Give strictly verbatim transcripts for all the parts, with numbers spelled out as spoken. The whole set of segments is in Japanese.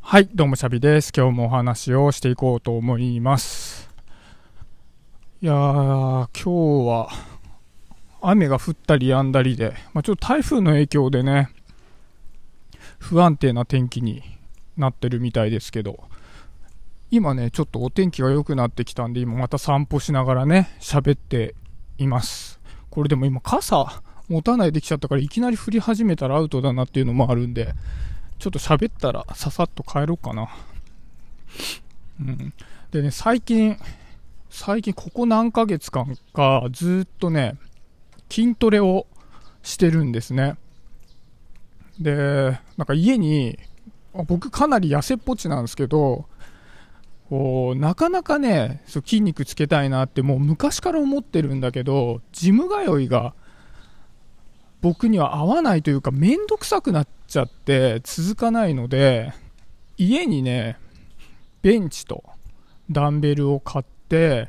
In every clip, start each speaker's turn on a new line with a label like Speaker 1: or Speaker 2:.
Speaker 1: はい、どうもシャビです。今日もお話をしていこうと思います。いやー、今日は雨が降ったり止んだりで、まあ、ちょっと台風の影響でね、不安定な天気になってるみたいですけど、今ね、ちょっとお天気が良くなってきたんで、今また散歩しながらね、喋っています。これでも今傘持たないできちゃったから、いきなり降り始めたらアウトだなっていうのもあるんで、ちょっと喋ったらささっと帰ろうかな。うん。でね、最近、最近ここ何ヶ月間かずっとね、筋トレをしてるんですね。で、なんか家に、僕かなり痩せっぽちなんですけど、こうなかなかね、そう筋肉つけたいなってもう昔から思ってるんだけど、ジム通いが僕には合わないというか、めんどくさくなっちゃって続かないので、家にねベンチとダンベルを買って、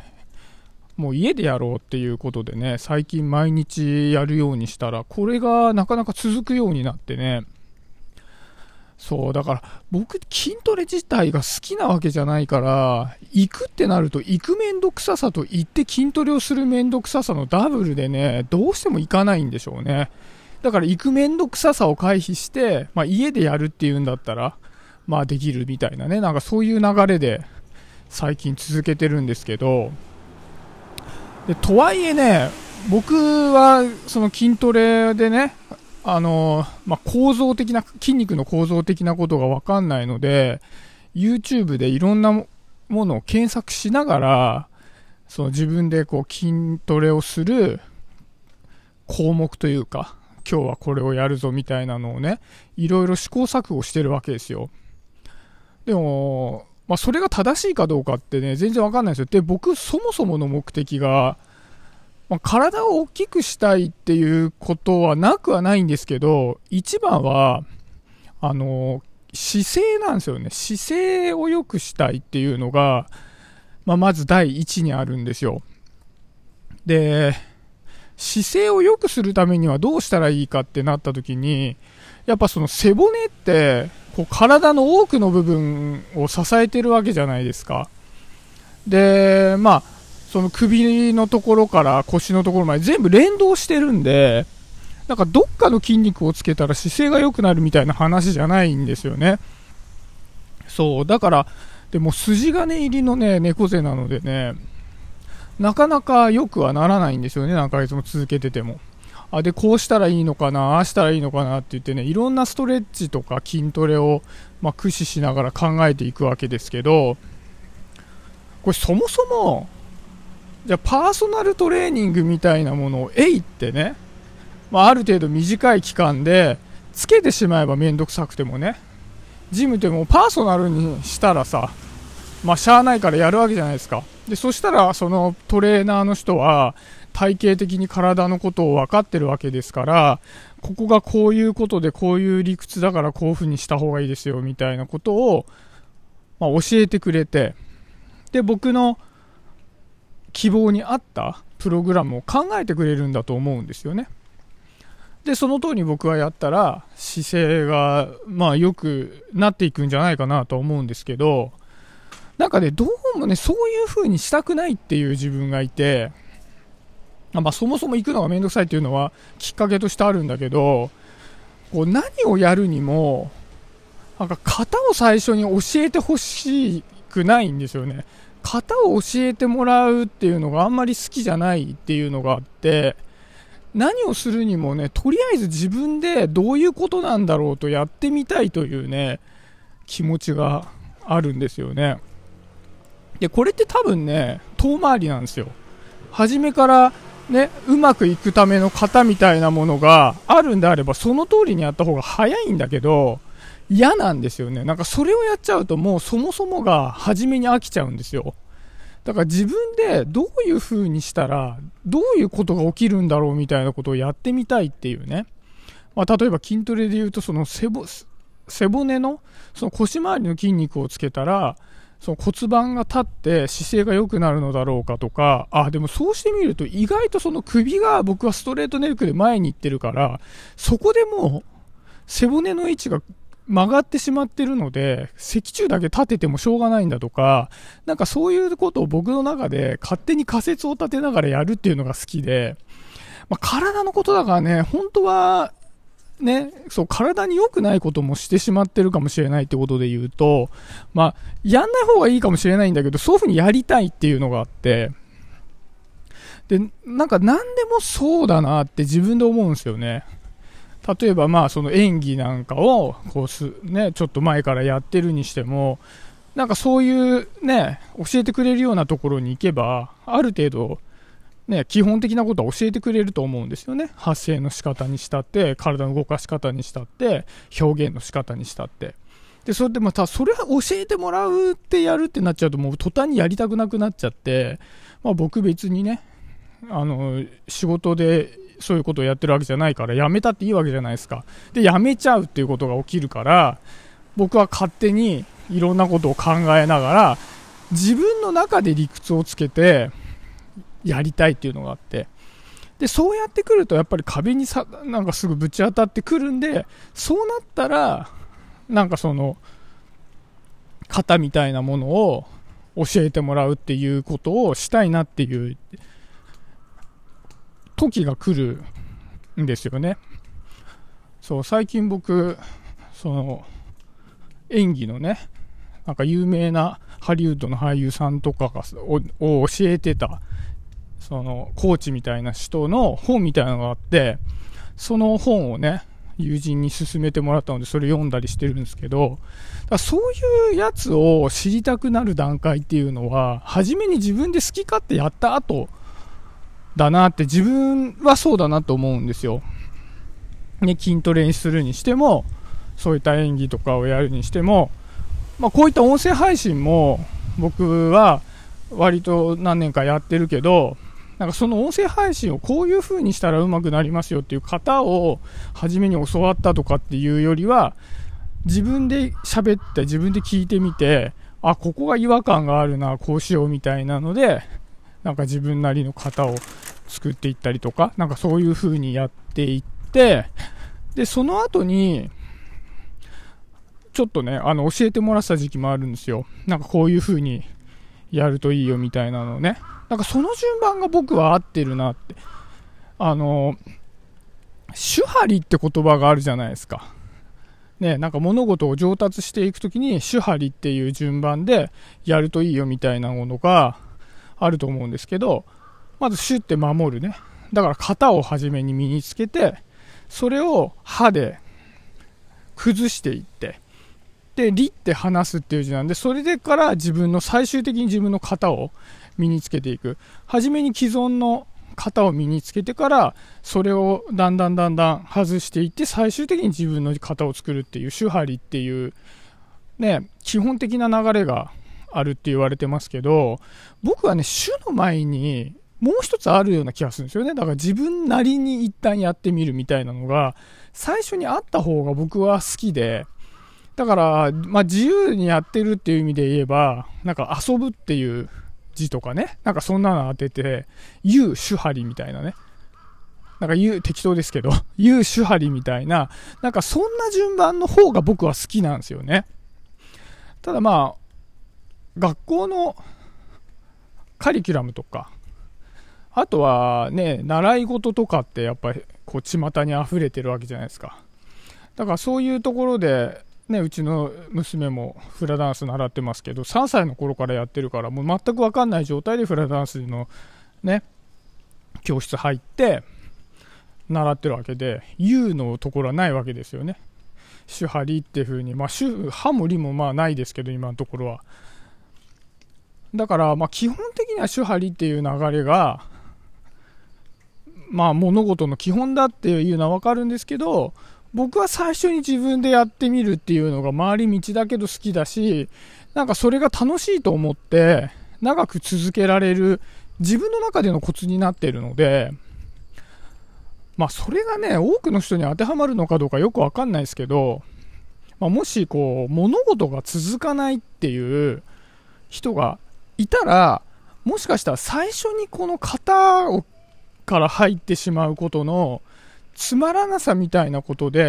Speaker 1: もう家でやろうっていうことでね、最近毎日やるようにしたら、これがなかなか続くようになってね。そうだから僕筋トレ自体が好きなわけじゃないから、行くってなると行くめんどくささと行って筋トレをするめんどくささのダブルでね、どうしても行かないんでしょうね。だから行くめんどくささを回避して、まあ、家でやるっていうんだったらまあできるみたいなね、なんかそういう流れで最近続けてるんですけど、でとはいえね、僕はその筋トレでね、あのまあ、構造的な筋肉の構造的なことが分かんないので、 YouTube でいろんなものを検索しながら、その自分でこう筋トレをする項目というか、今日はこれをやるぞみたいなのをね、いろいろ試行錯誤してるわけですよ。でも、まあ、それが正しいかどうかってね、全然分かんないですよ。で、僕そもそもの目的が、まあ、体を大きくしたいっていうことはなくはないんですけど、一番はあの姿勢なんですよね。姿勢を良くしたいっていうのが、まあ、まず第一にあるんですよ。で、姿勢を良くするためにはどうしたらいいかってなった時に、やっぱその背骨ってこう体の多くの部分を支えてるわけじゃないですか。で、まあその首のところから腰のところまで全部連動してるんで、なんかどっかの筋肉をつけたら姿勢が良くなるみたいな話じゃないんですよね。そうだから、でも筋金入りのね猫背なのでね、なかなか良くはならないんですよね。何ヶ月も続けてても、あでこうしたらいいのかな、ああしたらいいのかなって言ってね、いろんなストレッチとか筋トレを、まあ、駆使しながら考えていくわけですけど、これそもそもじゃあパーソナルトレーニングみたいなものをえいってね、まあ、ある程度短い期間でつけてしまえばめんどくさくてもね、ジムでもパーソナルにしたらさ、まあしゃあないからやるわけじゃないですか。でそしたらそのトレーナーの人は体系的に体のことを分かってるわけですから、ここがこういうことでこういう理屈だからこういう風にした方がいいですよみたいなことを、まあ、教えてくれて、で僕の希望に合ったプログラムを考えてくれるんだと思うんですよね。でその通り僕はやったら姿勢がまあ良くなっていくんじゃないかなと思うんですけど、なんかねどうもねそういう風にしたくないっていう自分がいて、まあ、そもそも行くのがめんどくさいっていうのはきっかけとしてあるんだけど、こう何をやるにもなんか型を最初に教えてほしくないんですよね。型を教えてもらうっていうのがあんまり好きじゃないっていうのがあって、何をするにもね、とりあえず自分でどういうことなんだろうとやってみたいというね気持ちがあるんですよね。でこれって多分ね遠回りなんですよ。初めからねうまくいくための型みたいなものがあるんであれば、その通りにやった方が早いんだけど、嫌なんですよね。なんかそれをやっちゃうともうそもそもが初めに飽きちゃうんですよ。だから自分でどういう風にしたらどういうことが起きるんだろうみたいなことをやってみたいっていうね。まあ、例えば筋トレで言うと、その背ぼ背骨のその腰回りの筋肉をつけたらその骨盤が立って姿勢が良くなるのだろうかとか、あでもそうしてみると意外とその首が僕はストレートネックで前に行ってるから、そこでもう背骨の位置が曲がってしまってるので、脊柱だけ立ててもしょうがないんだとか、なんかそういうことを僕の中で勝手に仮説を立てながらやるっていうのが好きで、まあ、体のことだからね、本当は、ね、そう、体に良くないこともしてしまってるかもしれないってことで言うと、まあ、やんない方がいいかもしれないんだけど、そういうふうにやりたいっていうのがあって、で、なんか何でもそうだなって自分で思うんですよね。例えばまあその演技なんかをこうす、ね、ちょっと前からやってるにしても、なんかそういうね、教えてくれるようなところに行けば、ある程度、ね、基本的なことは教えてくれると思うんですよね。発声の仕方にしたって、体の動かし方にしたって、表現の仕方にしたって。で、それでまた、それは教えてもらうってやるってなっちゃうと、もう途端にやりたくなくなっちゃって、まあ僕別にね、あの、仕事でそういうことをやってるわけじゃないから、やめたっていいわけじゃないですか。で、やめちゃうっていうことが起きるから、僕は勝手にいろんなことを考えながら、自分の中で理屈をつけて、やりたいっていうのがあって。で、そうやってくると、やっぱり壁にさ、なんかすぐぶち当たってくるんで、そうなったら、なんかその、型みたいなものを教えてもらうっていうことをしたいなっていう、時が来るんですよね。そう、最近僕、その、演技のね、なんか有名なハリウッドの俳優さんとかがを、を教えてた、その、コーチみたいな人の本みたいなのがあって、その本をね、友人に勧めてもらったので、それ読んだりしてるんですけど、だそういうやつを知りたくなる段階っていうのは、初めに自分で好き勝手やった後、だなって自分はそうだなと思うんですよ。ね、筋トレにするにしても、そういった演技とかをやるにしても、まあ、こういった音声配信も僕は割と何年かやってるけど、なんかその音声配信をこういう風にしたら上手くなりますよっていう型を初めに教わったとかっていうよりは、自分で喋って自分で聞いてみて、あ、ここが違和感があるな、こうしようみたいなので、なんか自分なりの型を作っていったりとか、なんかそういう風にやっていって、で、その後に、ちょっとね、あの、教えてもらった時期もあるんですよ。なんかこういう風にやるといいよみたいなのね。なんかその順番が僕は合ってるなって。あの、手張りって言葉があるじゃないですか。ね、なんか物事を上達していくときに手張りっていう順番でやるといいよみたいなものが、あると思うんですけど、まずシュッて守るね。だから型を初めに身につけて、それを歯で崩していって、で、リって離すっていう字なんで、それでから自分の最終的に自分の型を身につけていく。初めに既存の型を身につけてから、それをだんだんだんだん外していって、最終的に自分の型を作るっていう手張りっていう、ね、基本的な流れがあるって言われてますけど、僕はね、主の前にもう一つあるような気がするんですよね。だから自分なりに一旦やってみるみたいなのが最初にあった方が僕は好きで、だから、まあ、自由にやってるっていう意味で言えば、なんか遊ぶっていう字とかね、なんかそんなの当てて、言う手張りみたいなね、なんか言う適当ですけど、言う手張りみたいな、なんかそんな順番の方が僕は好きなんですよね。ただまあ学校のカリキュラムとか、あとはね、習い事とかってやっぱりこう巷に溢れてるわけじゃないですか。だからそういうところでね、うちの娘もフラダンス習ってますけど、さんさいの頃からやってるから、もう全く分かんない状態でフラダンスのね、教室入って習ってるわけで、U のところはないわけですよね。手張りっていう風に、まあ手、ハもリもまあないですけど、今のところは。だから、まあ基本的には手張りっていう流れが、まあ物事の基本だっていうのは分かるんですけど、僕は最初に自分でやってみるっていうのが回り道だけど好きだし、なんかそれが楽しいと思って長く続けられる自分の中でのコツになっているので、まあそれがね、多くの人に当てはまるのかどうかよくわかんないですけど、まあ、もしこう物事が続かないっていう人がいたら、もしかしたら最初にこの型をから入ってしまうことのつまらなさみたいなことで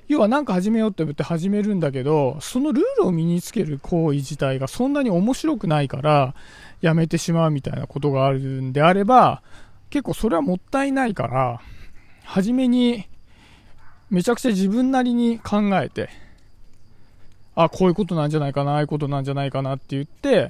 Speaker 1: 要は何か始めようって言って始めるんだけど、そのルールを身につける行為自体がそんなに面白くないからやめてしまうみたいなことがあるんであれば、結構それはもったいないから、初めにめちゃくちゃ自分なりに考えて、あ、こういうことなんじゃないかな、ああいうことなんじゃないかなって言って、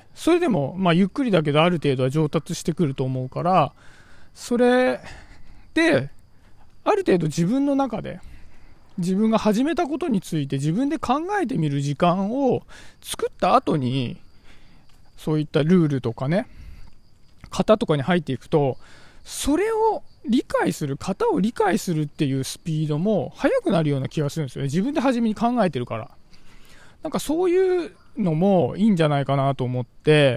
Speaker 1: それでもまあゆっくりだけどある程度は上達してくると思うから、それである程度自分の中で自分が始めたことについて自分で考えてみる時間を作った後に、そういったルールとかね、型とかに入っていくと、それを理解する、型を理解するっていうスピードも速くなるような気がするんですよね。自分で初めに考えてるから。なんかそういうのもいいんじゃないかなと思って、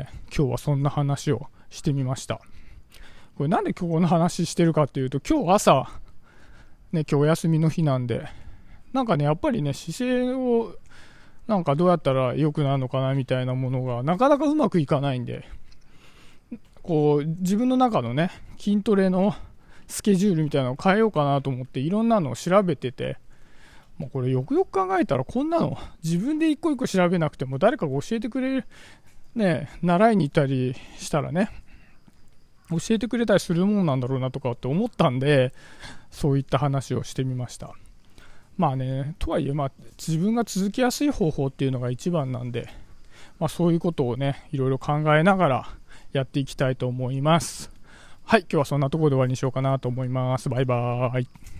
Speaker 1: 今日はそんな話をしてみました。これなんで今日この話してるかっていうと、今日朝ね、今日お休みの日なんで、なんかね、やっぱりね、姿勢をなんかどうやったら良くなるのかなみたいなものがなかなかうまくいかないんで、こう自分の中のね、筋トレのスケジュールみたいなのを変えようかなと思っていろんなのを調べてて、もうこれよくよく考えたら、こんなの自分で一個一個調べなくても誰かが教えてくれる、ね、習いに行ったりしたらね、教えてくれたりするものなんだろうなとかって思ったんで、そういった話をしてみました。まあね、とはいえ、まあ自分が続きやすい方法っていうのが一番なんで、まあ、そういうことをね、いろいろ考えながらやっていきたいと思います。はい、今日はそんなところで終わりにしようかなと思います。バイバーイ。